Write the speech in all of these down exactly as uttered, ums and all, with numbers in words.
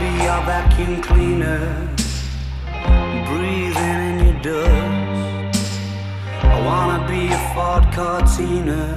be your vacuum cleaner, breathing in your dust. I wanna be a Ford Cortina,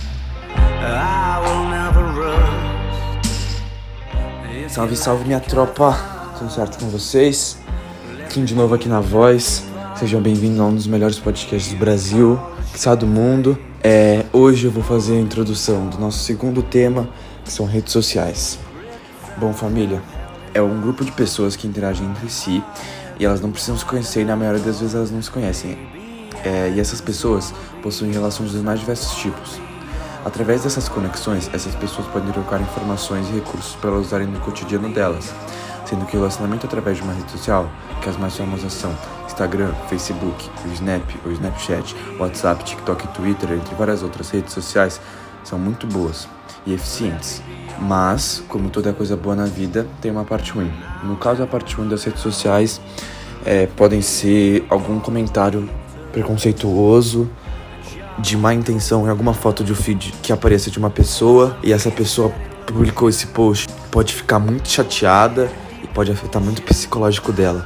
I will never rust. Salve, salve minha tropa, tudo certo com vocês? Kim de novo aqui na voz. Sejam bem-vindos a um dos melhores podcasts do Brasil, que está do mundo. É, hoje eu vou fazer a introdução do nosso segundo tema, que são redes sociais. Bom, família, é um grupo de pessoas que interagem entre si e elas não precisam se conhecer e na maioria das vezes elas não se conhecem. É, e essas pessoas possuem relações dos mais diversos tipos. Através dessas conexões, essas pessoas podem trocar informações e recursos para elas usarem no cotidiano delas, sendo que o relacionamento através de uma rede social, que as mais famosas são Instagram, Facebook, o Snap, o Snapchat, WhatsApp, TikTok e Twitter, entre várias outras redes sociais, são muito boas e eficientes. Mas, como toda coisa boa na vida, tem uma parte ruim. No caso, a parte ruim das redes sociais é, podem ser algum comentário preconceituoso, de má intenção em alguma foto de um feed que apareça de uma pessoa e essa pessoa publicou esse post, pode ficar muito chateada e pode afetar muito o psicológico dela.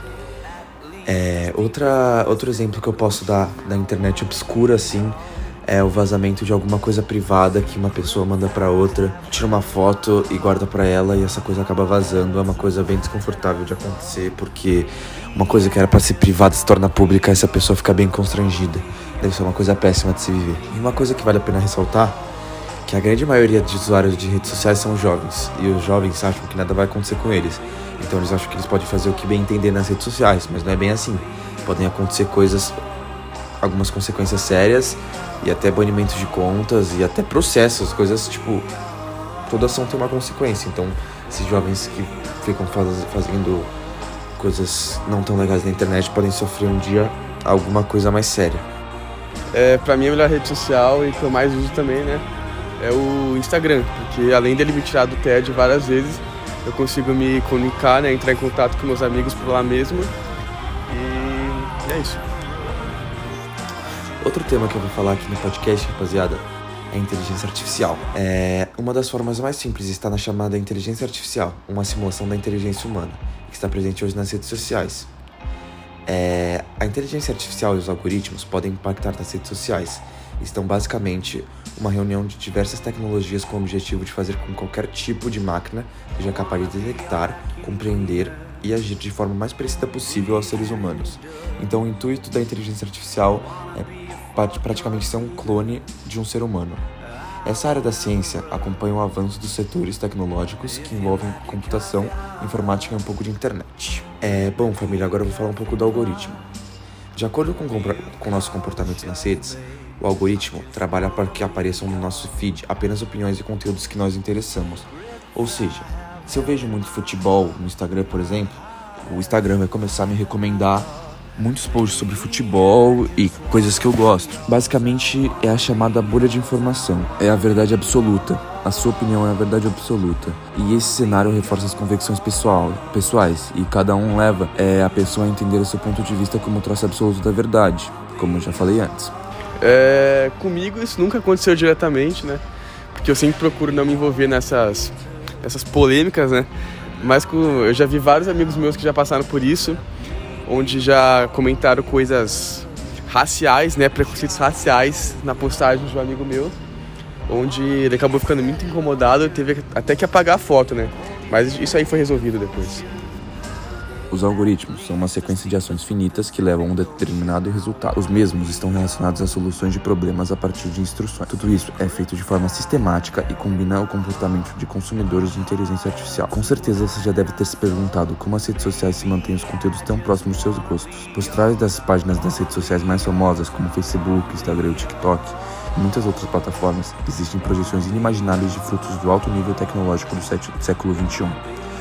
É, outra, outro exemplo que eu posso dar da internet obscura, assim, é o vazamento de alguma coisa privada que uma pessoa manda pra outra, tira uma foto e guarda pra ela e essa coisa acaba vazando. É uma coisa bem desconfortável de acontecer, porque uma coisa que era pra ser privada se torna pública e essa pessoa fica bem constrangida. Deve ser uma coisa péssima de se viver. E uma coisa que vale a pena ressaltar, que a grande maioria de usuários de redes sociais são jovens, e os jovens acham que nada vai acontecer com eles. Então eles acham que eles podem fazer o que bem entender nas redes sociais, mas não é bem assim. Podem acontecer coisas, algumas consequências sérias, e até banimentos de contas, e até processos, coisas tipo... Toda ação tem uma consequência, então esses jovens que ficam faz, fazendo coisas não tão legais na internet podem sofrer um dia alguma coisa mais séria. É, pra mim a melhor rede social e que eu mais uso também, né, é o Instagram, porque além dele me tirar do tédio várias vezes, eu consigo me comunicar, né, entrar em contato com meus amigos por lá mesmo, e é isso. Outro tema que eu vou falar aqui no podcast, rapaziada, é a inteligência artificial. É, uma das formas mais simples está na chamada inteligência artificial, uma simulação da inteligência humana, que está presente hoje nas redes sociais. É, a inteligência artificial e os algoritmos podem impactar nas redes sociais. Estão basicamente uma reunião de diversas tecnologias com o objetivo de fazer com que qualquer tipo de máquina seja capaz de detectar, compreender e agir de forma mais parecida possível aos seres humanos. Então o intuito da inteligência artificial é praticamente ser um clone de um ser humano. Essa área da ciência acompanha o avanço dos setores tecnológicos que envolvem computação, informática e um pouco de internet. É, bom, família, agora eu vou falar um pouco do algoritmo. De acordo com o nosso comportamento nas redes, o algoritmo trabalha para que apareçam no nosso feed apenas opiniões e conteúdos que nós interessamos. Ou seja, se eu vejo muito futebol no Instagram, por exemplo, o Instagram vai começar a me recomendar muitos posts sobre futebol e coisas que eu gosto. Basicamente é a chamada bolha de informação. É a verdade absoluta. A sua opinião é a verdade absoluta. E esse cenário reforça as convicções pessoal, pessoais. E cada um leva é, a pessoa a entender o seu ponto de vista como traço absoluto da verdade, como eu já falei antes. É, comigo isso nunca aconteceu diretamente, né? Porque eu sempre procuro não me envolver nessas, nessas polêmicas, né? Mas com, eu já vi vários amigos meus que já passaram por isso, onde já comentaram coisas raciais, né, preconceitos raciais na postagem de um amigo meu, onde ele acabou ficando muito incomodado, teve até que apagar a foto, né, mas isso aí foi resolvido depois. Os algoritmos são uma sequência de ações finitas que levam a um determinado resultado. Os mesmos estão relacionados a soluções de problemas a partir de instruções. Tudo isso é feito de forma sistemática e combina o comportamento de consumidores de inteligência artificial. Com certeza você já deve ter se perguntado como as redes sociais se mantêm os conteúdos tão próximos dos seus gostos. Por trás das páginas das redes sociais mais famosas, como Facebook, Instagram e TikTok, e muitas outras plataformas, existem projeções inimagináveis de frutos do alto nível tecnológico do século vinte e um.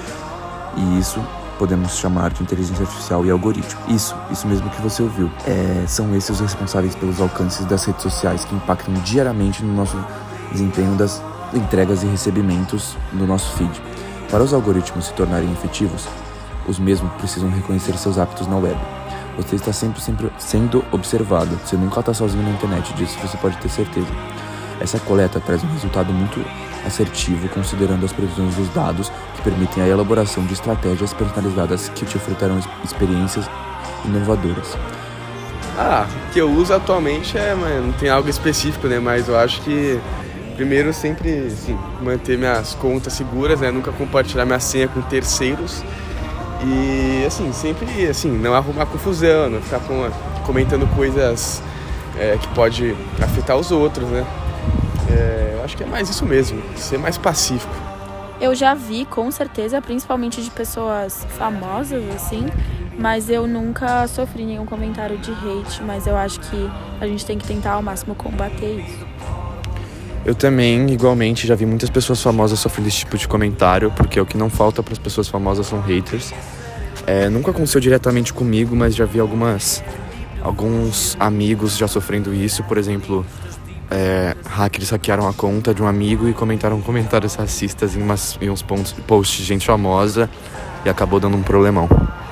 E isso podemos chamar de inteligência artificial e algoritmo. Isso, isso mesmo que você ouviu. É, são esses os responsáveis pelos alcances das redes sociais que impactam diariamente no nosso desempenho das entregas e recebimentos do nosso feed. Para os algoritmos se tornarem efetivos, os mesmos precisam reconhecer seus hábitos na web. Você está sempre, sempre sendo observado. Você nunca está sozinho na internet, disso você pode ter certeza. Essa coleta traz um resultado muito assertivo, considerando as previsões dos dados que permitem a elaboração de estratégias personalizadas que te ofertarão experiências inovadoras. Ah, o que eu uso atualmente é, mano, não tem algo específico, né? Mas eu acho que primeiro sempre assim, manter minhas contas seguras, né? Nunca compartilhar minha senha com terceiros. E assim, sempre assim, não arrumar confusão, não ficar com, comentando coisas é, que pode afetar os outros, né? É, eu acho que é mais isso mesmo, ser mais pacífico. Eu já vi, com certeza, principalmente de pessoas famosas, assim, mas eu nunca sofri nenhum comentário de hate, mas eu acho que a gente tem que tentar ao máximo combater isso. Eu também, igualmente, já vi muitas pessoas famosas sofrendo esse tipo de comentário, porque o que não falta para as pessoas famosas são haters. É, nunca aconteceu diretamente comigo, mas já vi algumas, alguns amigos já sofrendo isso. Por exemplo, é, hackers hackearam a conta de um amigo e comentaram comentários racistas em, umas, em uns pontos, posts de gente famosa e acabou dando um problemão.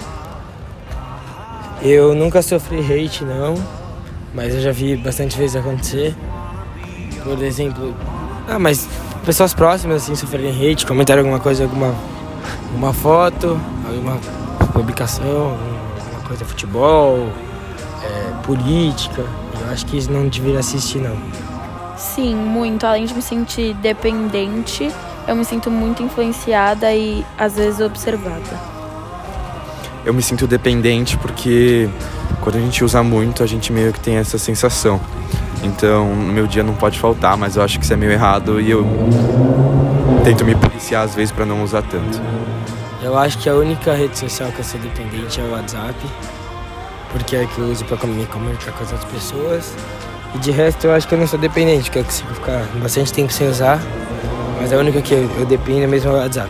Eu nunca sofri hate, não, mas eu já vi bastante vezes acontecer. Por exemplo, ah, mas pessoas próximas assim sofrerem hate, comentaram alguma coisa, alguma uma foto, alguma publicação, alguma coisa de futebol, é, política. Eu acho que isso não deveria assistir, não. Sim, muito. Além de me sentir dependente, eu me sinto muito influenciada e às vezes observada. Eu me sinto dependente porque quando a gente usa muito, a gente meio que tem essa sensação. Então, no meu dia não pode faltar, mas eu acho que isso é meio errado e eu tento me policiar às vezes pra não usar tanto. Eu acho que a única rede social que eu sou dependente é o WhatsApp, porque é que eu uso pra me comunicar com as outras pessoas. E de resto eu acho que eu não sou dependente, que eu consigo ficar bastante tempo sem usar, mas a única que eu, eu dependo mesmo é o WhatsApp.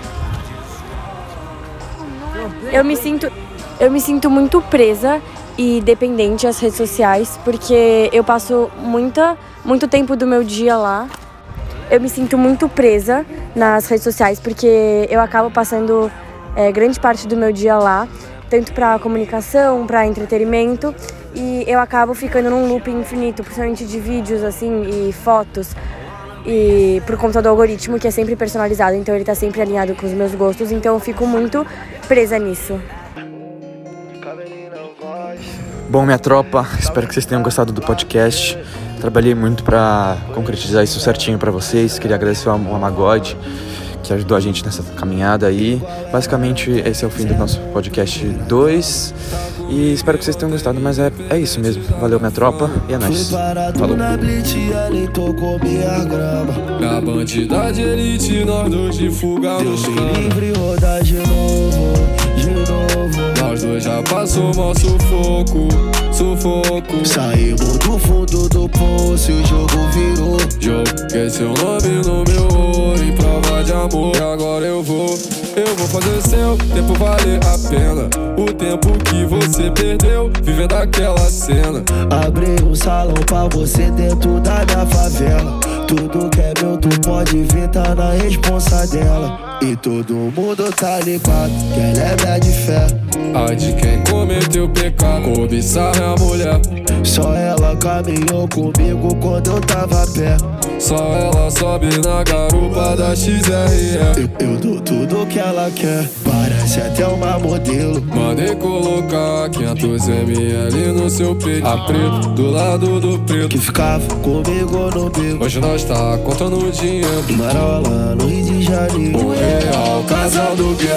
Eu me sinto, eu me sinto muito presa e dependente às redes sociais, porque eu passo muita, muito tempo do meu dia lá. Eu me sinto muito presa nas redes sociais, porque eu acabo passando é, grande parte do meu dia lá, tanto para comunicação, para entretenimento, e eu acabo ficando num loop infinito, principalmente de vídeos assim e fotos, e por conta do algoritmo que é sempre personalizado, então ele está sempre alinhado com os meus gostos, então eu fico muito presa nisso. Bom, minha tropa, espero que vocês tenham gostado do podcast. Trabalhei muito pra concretizar isso certinho pra vocês. Queria agradecer ao Amagode, que ajudou a gente nessa caminhada aí. Basicamente, esse é o fim do nosso podcast dois. E espero que vocês tenham gostado, mas é, é isso mesmo. Valeu, minha tropa, e é nóis. Falou. Na bandidade elite, nós dois de fuga no chão. Livre rodar de novo, de novo. Nós dois já passou mó sufoco, sufoco. Saímos do fundo do poço e o jogo virou. Joguei seu nome no meu ouro em prova de amor. E agora eu vou, eu vou fazer seu tempo valer a pena. O tempo que você perdeu, vivendo aquela cena. Abri um salão pra você dentro da minha favela. Tudo que é meu, tu pode vir, tá na responsa dela. E todo mundo tá ligado que ela é minha de fé. A de quem cometeu pecado, cobiçar a mulher. Só ela caminhou comigo quando eu tava a pé. Só ela sobe na garupa da X R E. Eu, eu dou tudo que ela quer, parece até uma modelo. Mandei colocar quinhentos mililitros no seu peito. A preto, do lado do preto, que ficava comigo no beco. Hoje nós tá contando o dinheiro. Marola, no Rio de Janeiro. O real casal do guerra.